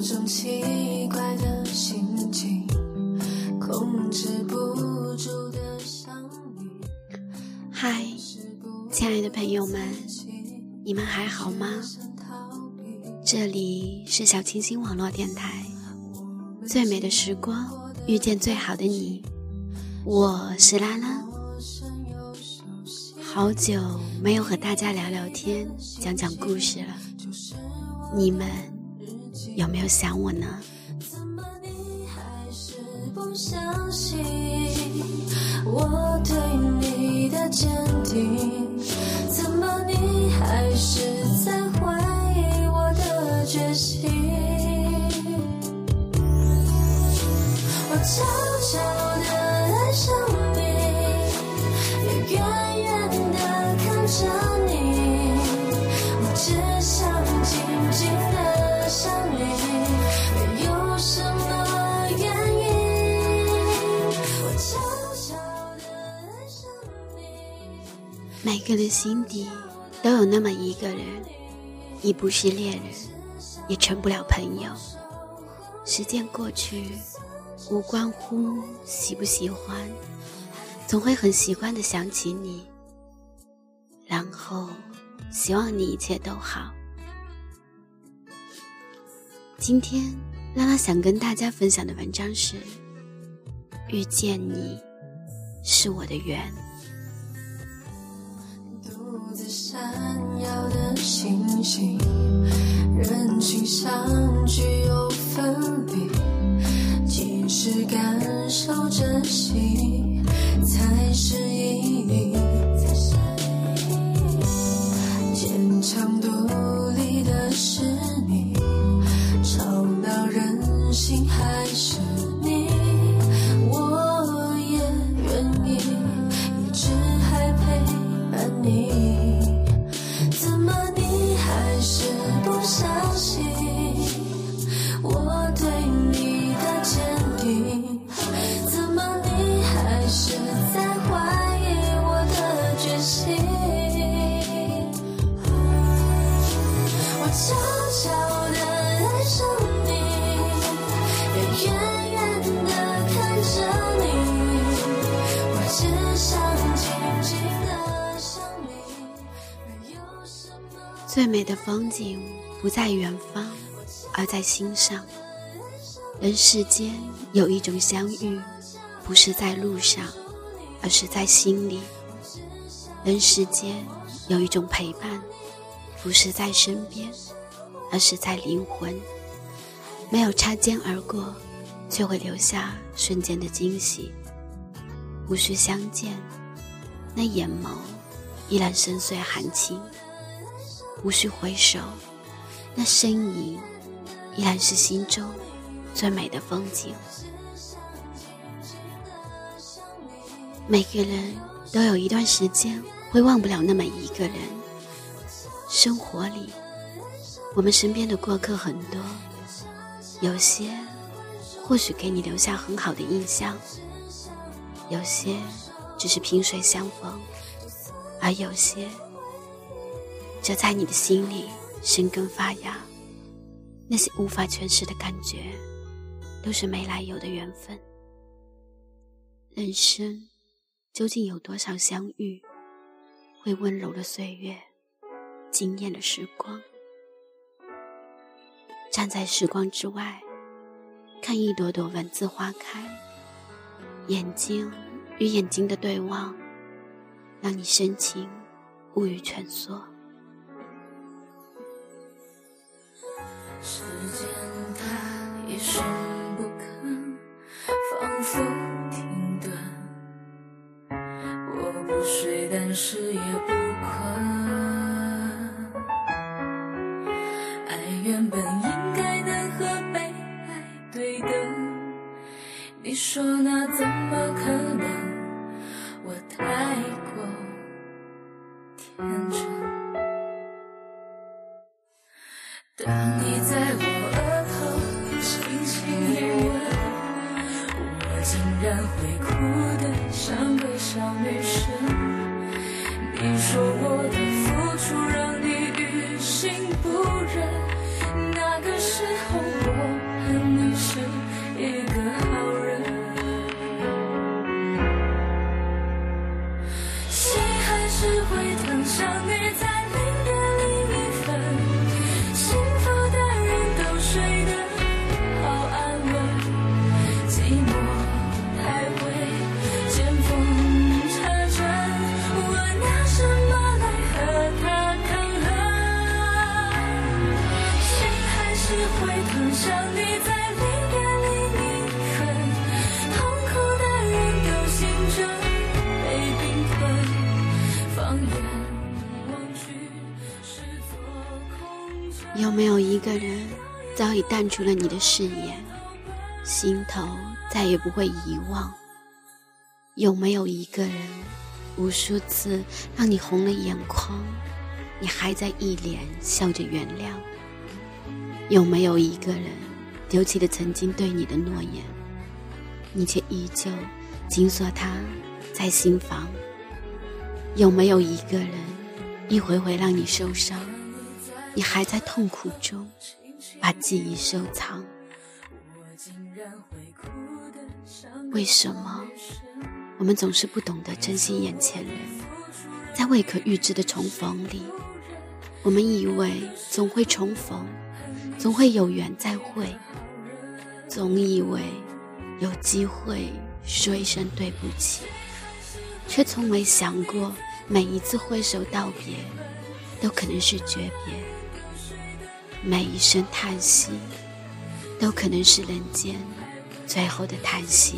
种奇怪的心情，控制不住的想你。 嗨，亲爱的朋友们，你们还好吗？这里是小清新网络电台，最美的时光遇见最好的你，我是拉拉。好久没有和大家聊聊天讲讲故事了，你们有没有想我呢？ 怎么你还是不相信我对你的坚定？怎么你还是在怀疑我的决心？我悄悄地爱上你，也远远地看着你，我只想静静地想你，没有什么原因。我悄悄地爱上你。 每个人心底都有那么一个人，已不是恋人，也成不了朋友。时间过去，无关乎喜不喜欢，总会很习惯地想起你，然后希望你一切都好。今天拉拉想跟大家分享的文章是遇见你是我的缘。 独自闪耀的星星，人群相聚又分离，即使感受真心才是意义。坚强独立的是你，吵闹任性还是你，我也愿意一直还陪伴你。怎么你还是不相信我对你的坚定？怎么你还是在怀疑我的决心？我悄悄地爱上你，也远远地看着你，我只想静静地想你，没有什么。 最美的风景不在远方，而在心上。人世间有一种相遇，不是在路上，而是在心里。人世间有一种陪伴，不是在身边，而是在灵魂。没有擦肩而过，却会留下瞬间的惊喜。无需相见，那眼眸依然深邃含情。无需回首，那身影依然是心中最美的风景。每个人都有一段时间会忘不了那么一个人。生活里，我们身边的过客很多，有些或许给你留下很好的印象，有些只是萍水相逢，而有些就在你的心里生根发芽。那些无法诠释的感觉，都是没来由的缘分。人生究竟有多少相遇，会温柔的岁月惊艳了时光。站在时光之外，看一朵朵文字花开，眼睛与眼睛的对望，让你深情无语蜷缩。 时间它一声不吭，仿佛停顿。我不睡，但是也不困。爱原本应该能和被爱对等，你说那怎么可能？我太过天真。当你在我额头轻轻一吻，我竟然会哭得像个小女生。你说我的付出让你于心不忍，那个时候我是一个好人，心还是会疼伤你在0点01分，幸福的人都睡得好安稳，寂寞还会见缝插针，我拿什么来和他抗衡？心还是会疼伤你在0点01分，痛苦的人都醒着被冰吞，放眼望去是座空城。 有没有一个人早已淡出了你的视野，心头再也不会遗忘？有没有一个人无数次让你红了眼眶，你还在一脸笑着原谅？有没有一个人丢弃了曾经对你的诺言，你却依旧紧锁它在心房？有没有一个人一回回让你受伤，你还在痛苦中把记忆收藏？为什么我们总是不懂得珍惜眼前人？在未可预知的重逢里，我们以为总会重逢，总会有缘再会，总以为有机会说一声对不起，却从没想过每一次挥手道别都可能是诀别，每一声叹息都可能是人间最后的叹息。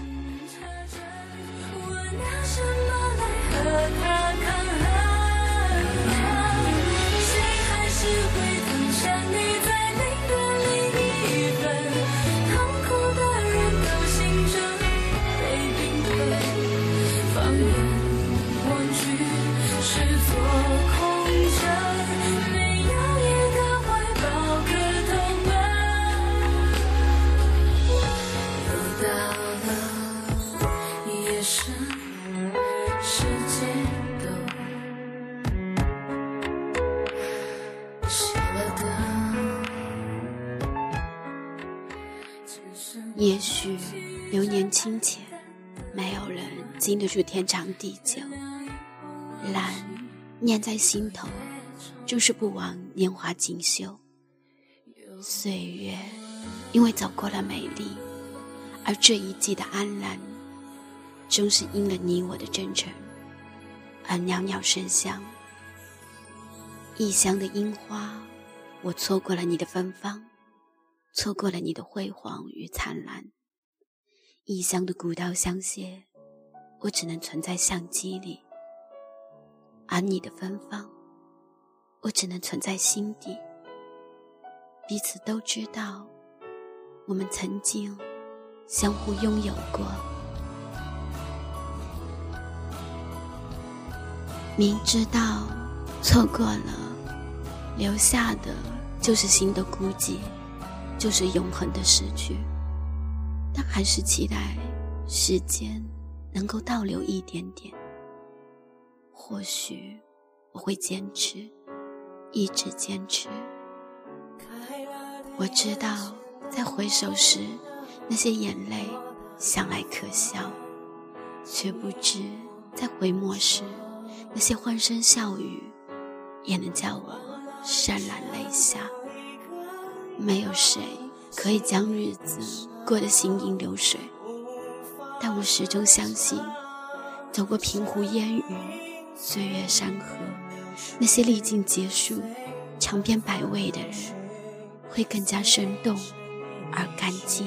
也许流年清浅，没有人经得住天长地久，然念在心头，终是不枉年华锦绣。岁月因为走过了美丽，而这一季的安然，终是因了你我的真诚而袅袅生香。异乡的樱花，我错过了你的芬芳，错过了你的辉煌与灿烂。异乡的古道相携，我只能存在相机里，而你的芬芳，我只能存在心底。彼此都知道，我们曾经相互拥有过，明知道错过了，留下的就是心的孤寂，就是永恒的失去，但还是期待时间能够倒流一点点。或许我会坚持，一直坚持。我知道在回首时，那些眼泪想来可笑，却不知在回眸时，那些欢声笑语也能叫我潸然泪下。没有谁可以将日子过得行云流水，但我始终相信，走过平湖烟雨，岁月山河，那些历尽结束尝遍百味的人，会更加生动而干净。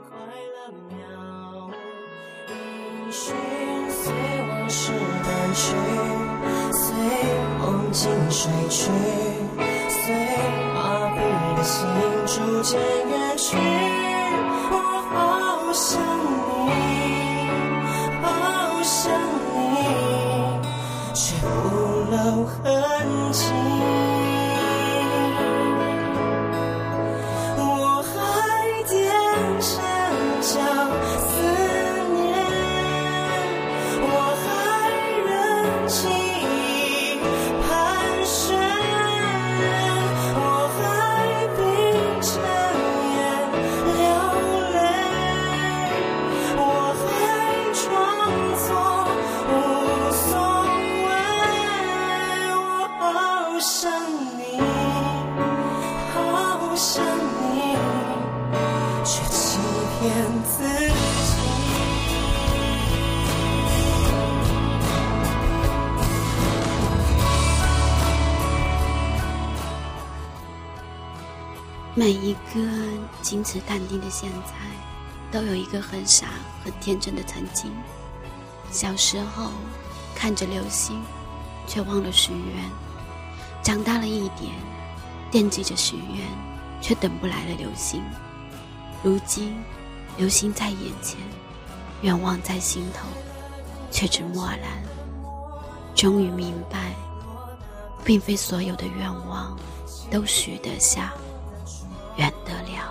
随往事淡去，随梦境睡去，随麻痹的心逐渐远去。我好想你，好想你，却不留痕迹。我还踮着脚思念，我还忍气盘旋，我还闭着眼流想你，好想你，却欺骗自己。 每一个矜持淡定的现在，都有一个很傻很天真的曾经。小时候看着流星，却忘了许愿；长大了一点，惦记着许愿，却等不来了流星。如今流星在眼前，愿望在心头，却只默然。终于明白，并非所有的愿望都许得下，圆得了。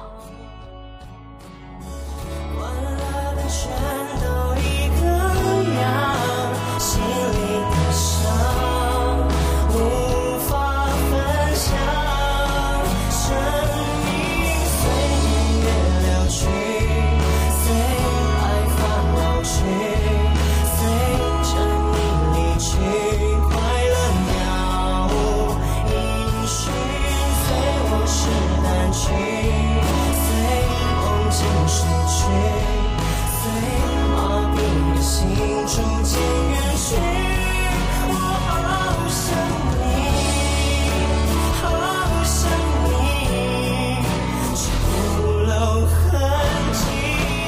欢乐的全都一个样，心里的伤无法分享。生命随年月流去，随爱烦老去，随着你离去，快乐渺无音讯，随我是淡去，随梦境逝去，随麻痹的心逐渐远去。我好想你，好想你，却不留痕迹。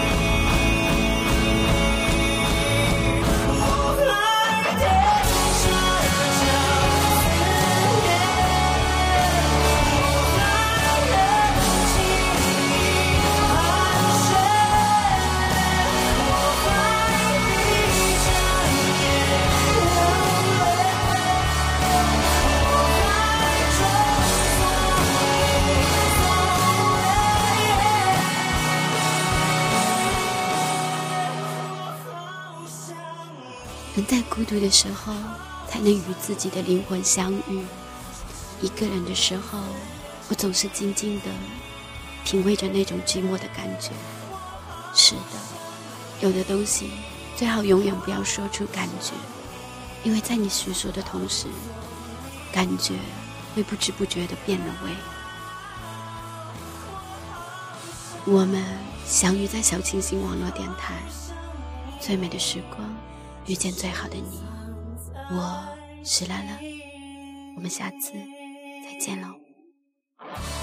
我还惦着叫思念，我还忍气盘旋，我还闭着眼流泪，我还装作无所谓。 人在孤独的时候，才能与自己的灵魂相遇。一个人的时候，我总是静静地品味着那种寂寞的感觉。是的，有的东西最好永远不要说出感觉，因为在你叙述的同时，感觉会不知不觉地变了味。我们相遇在小清新网络电台，最美的时光遇见最好的你。我是乐乐，我们下次再见喽。